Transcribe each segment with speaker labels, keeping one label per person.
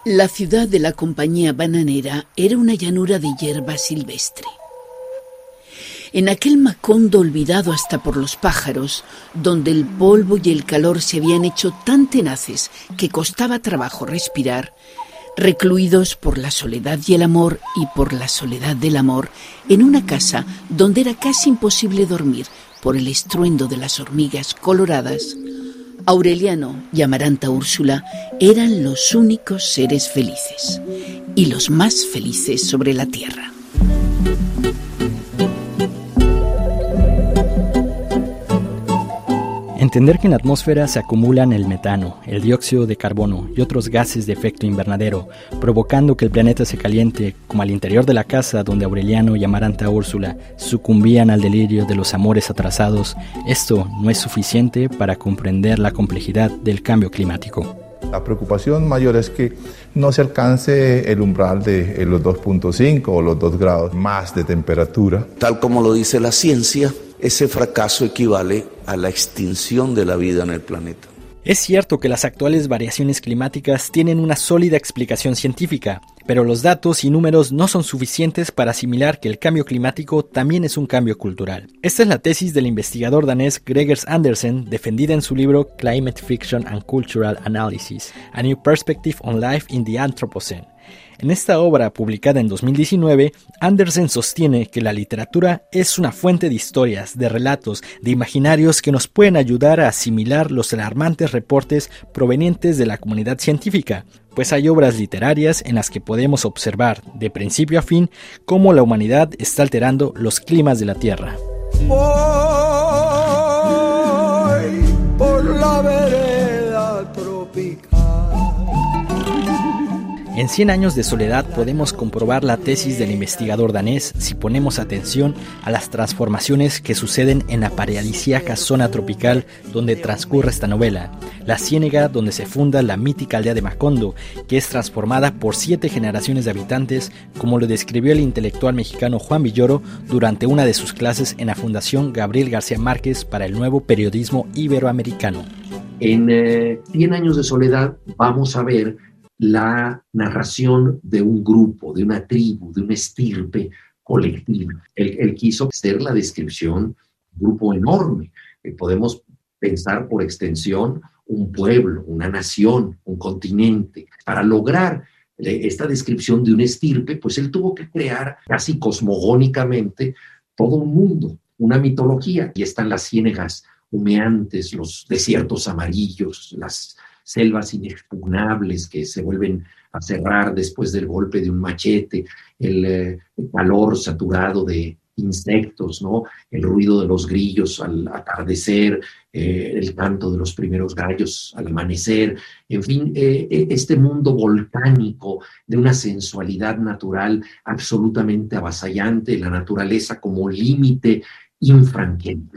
Speaker 1: La ciudad de la compañía bananera era una llanura de hierba silvestre. En aquel Macondo olvidado hasta por los pájaros, donde el polvo y el calor se habían hecho tan tenaces que costaba trabajo respirar, recluidos por la soledad y el amor y por la soledad del amor, en una casa donde era casi imposible dormir por el estruendo de las hormigas coloradas, Aureliano y Amaranta Úrsula eran los únicos seres felices, y los más felices sobre la tierra.
Speaker 2: Entender que en la atmósfera se acumulan el metano, el dióxido de carbono y otros gases de efecto invernadero, provocando que el planeta se caliente, como al interior de la casa donde Aureliano y Amaranta Úrsula sucumbían al delirio de los amores atrasados, esto no es suficiente para comprender la complejidad del cambio climático.
Speaker 3: La preocupación mayor es que no se alcance el umbral de los 2.5 o los 2 grados más de temperatura.
Speaker 4: Tal como lo dice la ciencia, ese fracaso equivale a la extinción de la vida en el planeta.
Speaker 2: Es cierto que las actuales variaciones climáticas tienen una sólida explicación científica, pero los datos y números no son suficientes para asimilar que el cambio climático también es un cambio cultural. Esta es la tesis del investigador danés Gregers Andersen, defendida en su libro Climate Fiction and Cultural Analysis, A New Perspective on Life in the Anthropocene. En esta obra, publicada en 2019, Andersen sostiene que la literatura es una fuente de historias, de relatos, de imaginarios que nos pueden ayudar a asimilar los alarmantes reportes provenientes de la comunidad científica, pues hay obras literarias en las que podemos observar, de principio a fin, cómo la humanidad está alterando los climas de la Tierra.
Speaker 5: Voy por la vereda tropical.
Speaker 2: En 100 años de soledad podemos comprobar la tesis del investigador danés si ponemos atención a las transformaciones que suceden en la paradisíaca zona tropical donde transcurre esta novela, la ciénega donde se funda la mítica aldea de Macondo, que es transformada por 7 generaciones de habitantes, como lo describió el intelectual mexicano Juan Villoro durante una de sus clases en la Fundación Gabriel García Márquez para el nuevo periodismo iberoamericano.
Speaker 6: En 100 años de soledad vamos a ver la narración de un grupo, de una tribu, de una estirpe colectiva. Él quiso hacer la descripción de un grupo enorme. Podemos pensar por extensión un pueblo, una nación, un continente. Para lograr esta descripción de una estirpe, pues él tuvo que crear casi cosmogónicamente todo un mundo, una mitología. Y están las ciénegas humeantes, los desiertos amarillos, las selvas inexpugnables que se vuelven a cerrar después del golpe de un machete, el calor saturado de insectos, ¿no? El ruido de los grillos al atardecer, el canto de los primeros gallos al amanecer, en fin, este mundo volcánico de una sensualidad natural absolutamente avasallante, la naturaleza como límite infranqueable.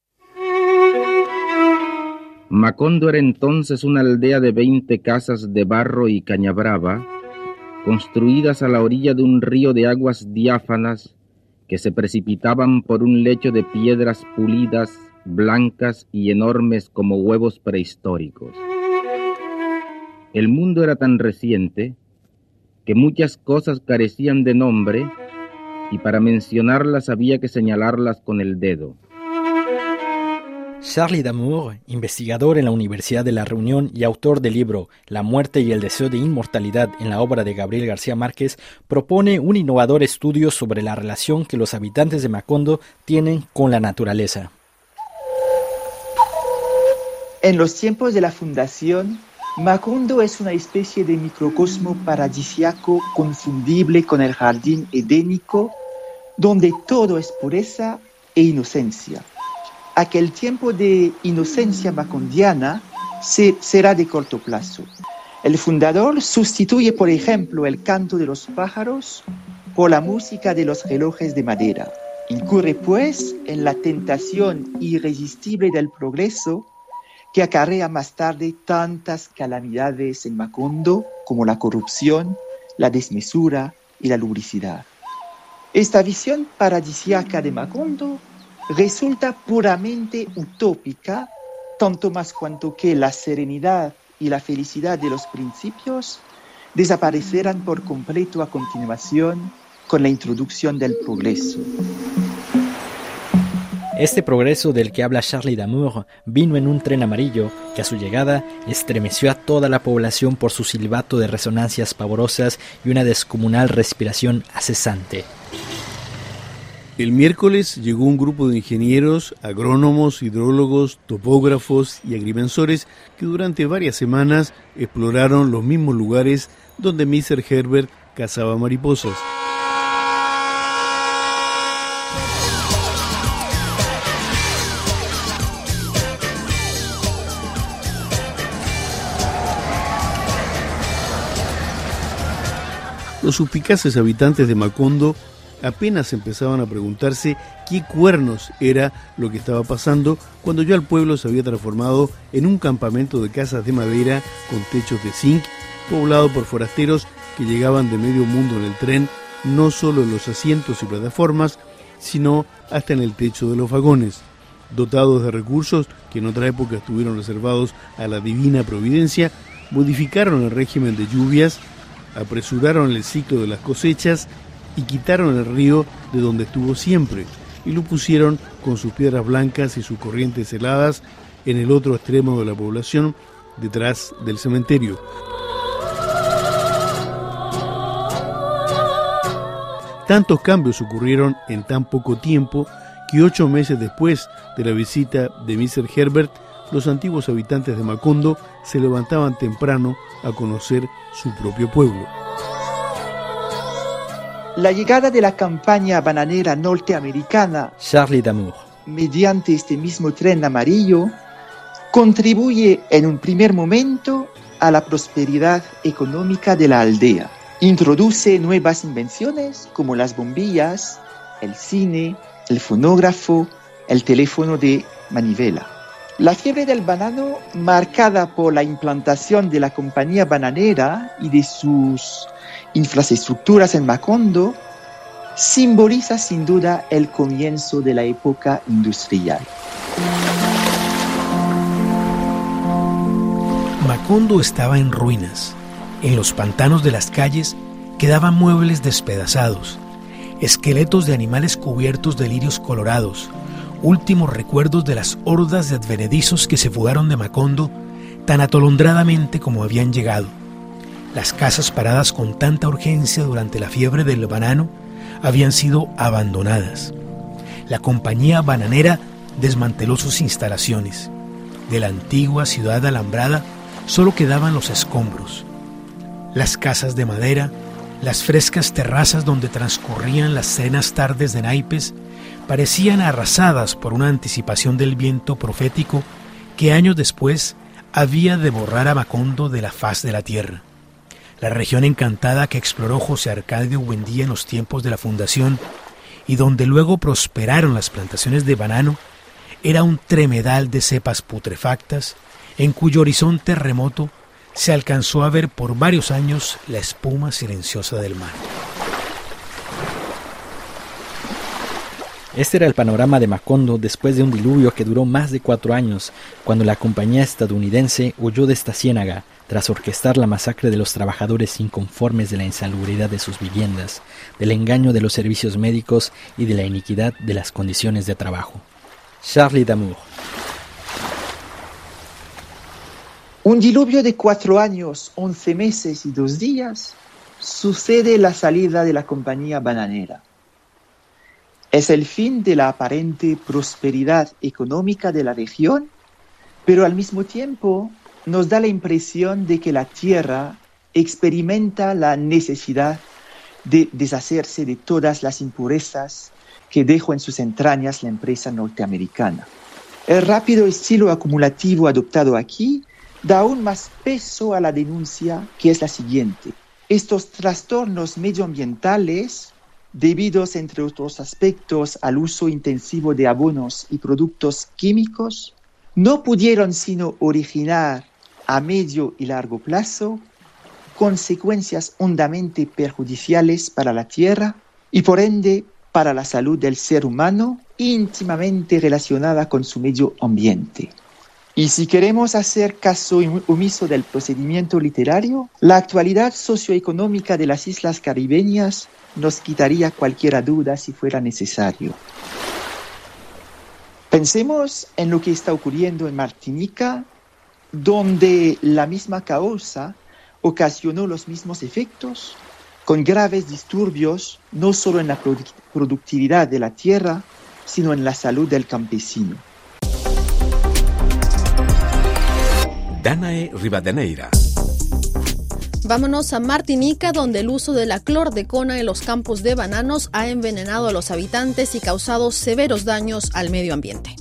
Speaker 7: Macondo era entonces una aldea de 20 casas de barro y cañabrava, construidas a la orilla de un río de aguas diáfanas que se precipitaban por un lecho de piedras pulidas, blancas y enormes como huevos prehistóricos. El mundo era tan reciente que muchas cosas carecían de nombre y para mencionarlas había que señalarlas con el dedo.
Speaker 2: Charlie Damour, investigador en la Universidad de La Reunión y autor del libro La muerte y el deseo de inmortalidad en la obra de Gabriel García Márquez, propone un innovador estudio sobre la relación que los habitantes de Macondo tienen con la naturaleza.
Speaker 8: En los tiempos de la fundación, Macondo es una especie de microcosmo paradisiaco confundible con el jardín edénico, donde todo es pureza e inocencia. Aquel tiempo de inocencia macondiana será de corto plazo. El fundador sustituye, por ejemplo, el canto de los pájaros por la música de los relojes de madera. Incurre, pues, en la tentación irresistible del progreso que acarrea más tarde tantas calamidades en Macondo como la corrupción, la desmesura y la lubricidad. Esta visión paradisiaca de Macondo resulta puramente utópica, tanto más cuanto que la serenidad y la felicidad de los principios desaparecerán por completo a continuación con la introducción del progreso.
Speaker 2: Este progreso del que habla Charlie Damour vino en un tren amarillo que a su llegada estremeció a toda la población por su silbato de resonancias pavorosas y una descomunal respiración acesante.
Speaker 9: El miércoles llegó un grupo de ingenieros, agrónomos, hidrólogos, topógrafos y agrimensores que durante varias semanas exploraron los mismos lugares donde Mr. Herbert cazaba mariposas. Los suspicaces habitantes de Macondo apenas empezaban a preguntarse qué cuernos era lo que estaba pasando cuando ya el pueblo se había transformado en un campamento de casas de madera con techos de zinc, poblado por forasteros que llegaban de medio mundo en el tren, no solo en los asientos y plataformas, sino hasta en el techo de los vagones. Dotados de recursos que en otra época estuvieron reservados a la divina providencia, modificaron el régimen de lluvias, apresuraron el ciclo de las cosechas y quitaron el río de donde estuvo siempre y lo pusieron con sus piedras blancas y sus corrientes heladas en el otro extremo de la población, detrás del cementerio. Tantos cambios ocurrieron en tan poco tiempo que 8 meses después de la visita de Mr. Herbert, los antiguos habitantes de Macondo se levantaban temprano a conocer su propio pueblo.
Speaker 8: La llegada de la campaña bananera norteamericana,
Speaker 2: Charlie Damour,
Speaker 8: mediante este mismo tren amarillo, contribuye en un primer momento a la prosperidad económica de la aldea. Introduce nuevas invenciones como las bombillas, el cine, el fonógrafo, el teléfono de manivela. La fiebre del banano, marcada por la implantación de la compañía bananera y de sus infraestructuras en Macondo, simboliza sin duda el comienzo de la época industrial.
Speaker 10: Macondo estaba en ruinas. En los pantanos de las calles quedaban muebles despedazados, esqueletos de animales cubiertos de lirios colorados, últimos recuerdos de las hordas de advenedizos que se fugaron de Macondo tan atolondradamente como habían llegado. Las casas paradas con tanta urgencia durante la fiebre del banano habían sido abandonadas. La compañía bananera desmanteló sus instalaciones. De la antigua ciudad alambrada solo quedaban los escombros. Las casas de madera, las frescas terrazas donde transcurrían las serenas tardes de naipes, parecían arrasadas por una anticipación del viento profético que años después había de borrar a Macondo de la faz de la tierra. La región encantada que exploró José Arcadio Buendía en los tiempos de la fundación y donde luego prosperaron las plantaciones de banano, era un tremedal de cepas putrefactas en cuyo horizonte remoto se alcanzó a ver por varios años la espuma silenciosa del mar.
Speaker 2: Este era el panorama de Macondo después de un diluvio que duró más de 4 años, cuando la compañía estadounidense huyó de esta ciénaga tras orquestar la masacre de los trabajadores inconformes de la insalubridad de sus viviendas, del engaño de los servicios médicos y de la iniquidad de las condiciones de trabajo. Charlie Damour.
Speaker 8: Un diluvio de 4 años, 11 meses y 2 días sucede la salida de la compañía bananera. Es el fin de la aparente prosperidad económica de la región, pero al mismo tiempo nos da la impresión de que la tierra experimenta la necesidad de deshacerse de todas las impurezas que dejó en sus entrañas la empresa norteamericana. El rápido estilo acumulativo adoptado aquí da aún más peso a la denuncia, que es la siguiente. Estos trastornos medioambientales, debidos, entre otros aspectos, al uso intensivo de abonos y productos químicos, no pudieron sino originar a medio y largo plazo consecuencias hondamente perjudiciales para la tierra y por ende para la salud del ser humano, íntimamente relacionada con su medio ambiente. Y si queremos hacer caso omiso del procedimiento literario, la actualidad socioeconómica de las islas caribeñas nos quitaría cualquier duda si fuera necesario. Pensemos en lo que está ocurriendo en Martinica, donde la misma causa ocasionó los mismos efectos, con graves disturbios no solo en la productividad de la tierra, sino en la salud del campesino.
Speaker 11: Danae Rivadeneira.
Speaker 12: Vámonos a Martinica, donde el uso de la clordecona en los campos de bananos ha envenenado a los habitantes y causado severos daños al medio ambiente.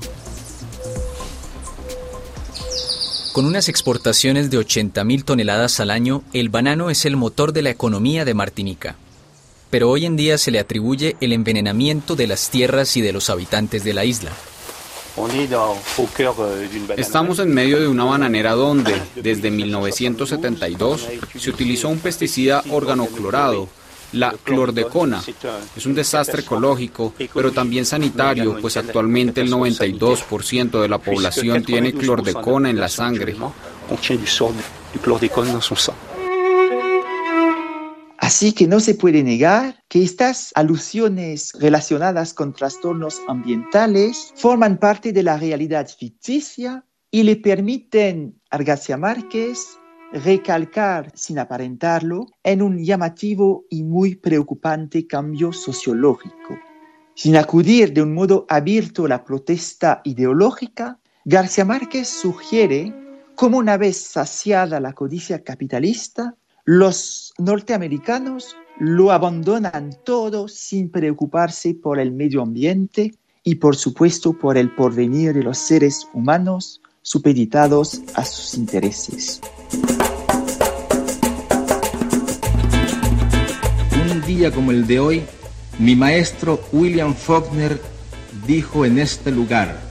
Speaker 13: Con unas exportaciones de 80.000 toneladas al año, el banano es el motor de la economía de Martinica. Pero hoy en día se le atribuye el envenenamiento de las tierras y de los habitantes de la isla.
Speaker 14: Estamos en medio de una bananera donde, desde 1972, se utilizó un pesticida organoclorado, la clordecona. Es un desastre ecológico, pero también sanitario, pues actualmente el 92% de la población tiene clordecona en la sangre.
Speaker 8: Así que no se puede negar que estas alusiones relacionadas con trastornos ambientales forman parte de la realidad ficticia y le permiten a García Márquez recalcar, sin aparentarlo, en un llamativo y muy preocupante cambio sociológico. Sin acudir de un modo abierto a la protesta ideológica, García Márquez sugiere cómo, una vez saciada la codicia capitalista, los norteamericanos lo abandonan todo sin preocuparse por el medio ambiente y, por supuesto, por el porvenir de los seres humanos supeditados a sus intereses.
Speaker 15: Un día como el de hoy, mi maestro William Faulkner dijo en este lugar: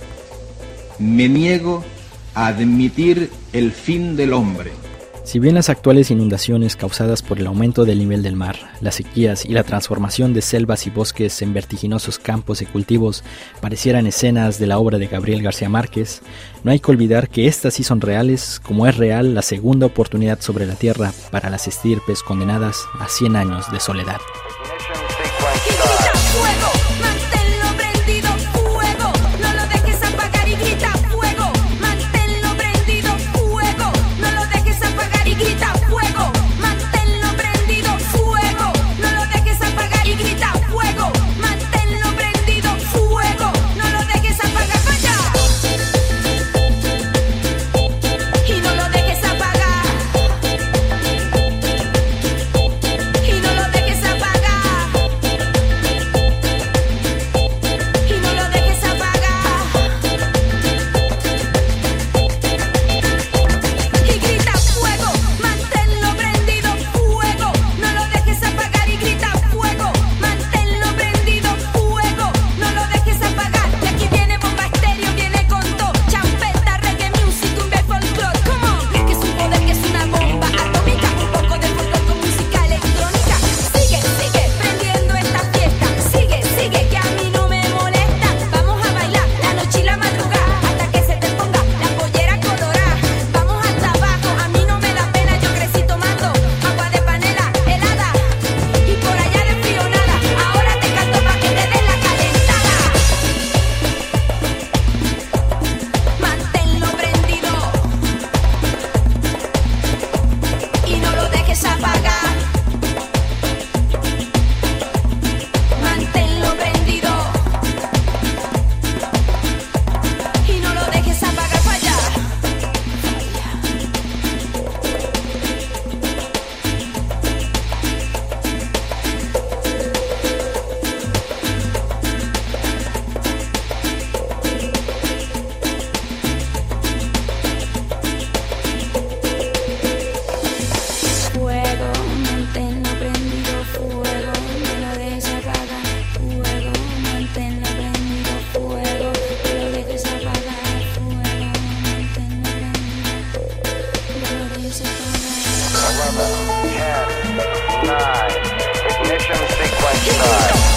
Speaker 15: me niego a admitir el fin del hombre.
Speaker 2: Si bien las actuales inundaciones causadas por el aumento del nivel del mar, las sequías y la transformación de selvas y bosques en vertiginosos campos de cultivos parecieran escenas de la obra de Gabriel García Márquez, no hay que olvidar que estas sí son reales, como es real la segunda oportunidad sobre la tierra para las estirpes condenadas a 100 años de soledad.
Speaker 16: Ignition sequence start.